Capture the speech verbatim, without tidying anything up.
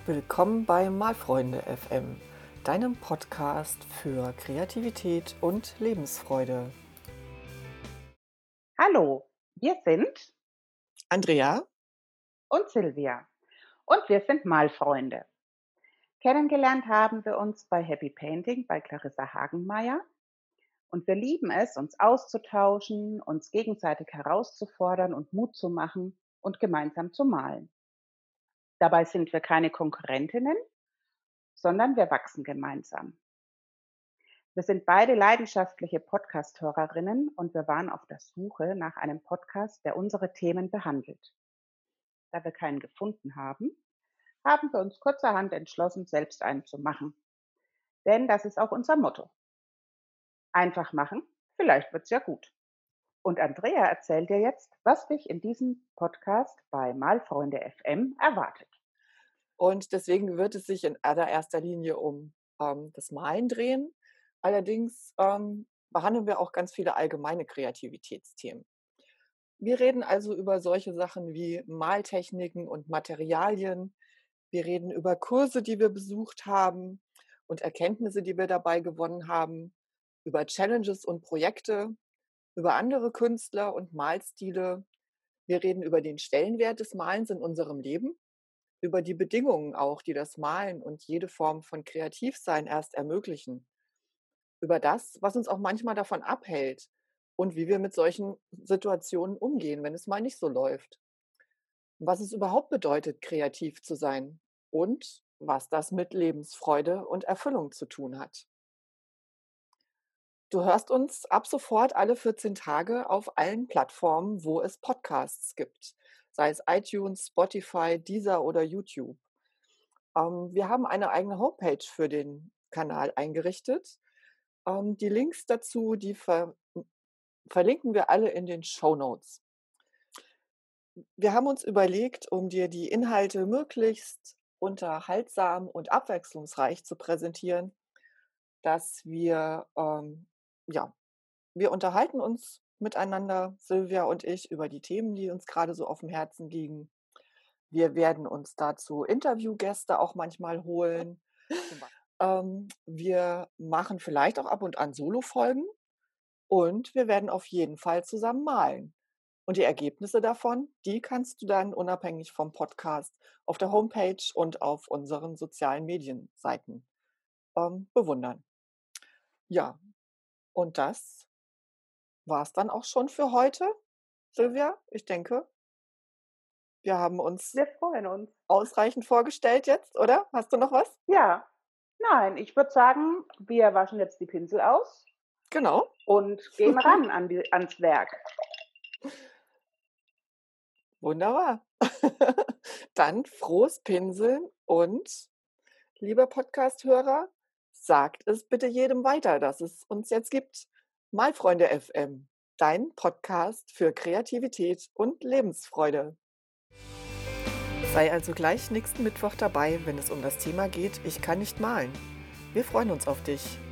Willkommen bei Malfreunde F M, deinem Podcast für Kreativität und Lebensfreude. Hallo, wir sind Andrea? und Silvia und wir sind Malfreunde. Kennengelernt haben wir uns bei Happy Painting bei Clarissa Hagenmeier und wir lieben es, uns auszutauschen, uns gegenseitig herauszufordern und Mut zu machen und gemeinsam zu malen. Dabei sind wir keine Konkurrentinnen, sondern wir wachsen gemeinsam. Wir sind beide leidenschaftliche Podcast-Hörerinnen und wir waren auf der Suche nach einem Podcast, der unsere Themen behandelt. Da wir keinen gefunden haben, haben wir uns kurzerhand entschlossen, selbst einen zu machen. Denn das ist auch unser Motto. Einfach machen, vielleicht wird's ja gut. Und Andrea erzählt dir jetzt, was dich in diesem Podcast bei Malfreunde F M erwartet. Und deswegen wird es sich in allererster Linie um ähm, das Malen drehen. Allerdings ähm, behandeln wir auch ganz viele allgemeine Kreativitätsthemen. Wir reden also über solche Sachen wie Maltechniken und Materialien. Wir reden über Kurse, die wir besucht haben und Erkenntnisse, die wir dabei gewonnen haben, über Challenges und Projekte, über andere Künstler und Malstile. Wir reden über den Stellenwert des Malens in unserem Leben, über die Bedingungen auch, die das Malen und jede Form von Kreativsein erst ermöglichen, über das, was uns auch manchmal davon abhält und wie wir mit solchen Situationen umgehen, wenn es mal nicht so läuft. Was es überhaupt bedeutet, kreativ zu sein und was das mit Lebensfreude und Erfüllung zu tun hat. Du hörst uns ab sofort alle vierzehn Tage auf allen Plattformen, wo es Podcasts gibt, sei es iTunes, Spotify, Deezer oder YouTube. Ähm, wir haben eine eigene Homepage für den Kanal eingerichtet. Ähm, die Links dazu, die ver verlinken wir alle in den Shownotes. Wir haben uns überlegt, um dir die Inhalte möglichst unterhaltsam und abwechslungsreich zu präsentieren, dass wir, ähm, ja, wir unterhalten uns miteinander, Silvia und ich, über die Themen, die uns gerade so auf dem Herzen liegen. Wir werden uns dazu Interviewgäste auch manchmal holen. Ähm, wir machen vielleicht auch ab und an Solofolgen und wir werden auf jeden Fall zusammen malen. Und die Ergebnisse davon, die kannst du dann unabhängig vom Podcast auf der Homepage und auf unseren sozialen Medienseiten ähm, bewundern. Ja, und das war es dann auch schon für heute, Silvia. Ich denke, wir haben uns Wir freuen uns. ausreichend vorgestellt jetzt, oder? Hast du noch was? Ja, nein, ich würde sagen, wir waschen jetzt die Pinsel aus Genau. und gehen ran an die, ans Werk. Wunderbar. Dann frohes Pinseln und, lieber Podcast-Hörer, sagt es bitte jedem weiter, dass es uns jetzt gibt. Malfreunde F M, dein Podcast für Kreativität und Lebensfreude. Sei also gleich nächsten Mittwoch dabei, wenn es um das Thema geht, ich kann nicht malen. Wir freuen uns auf dich.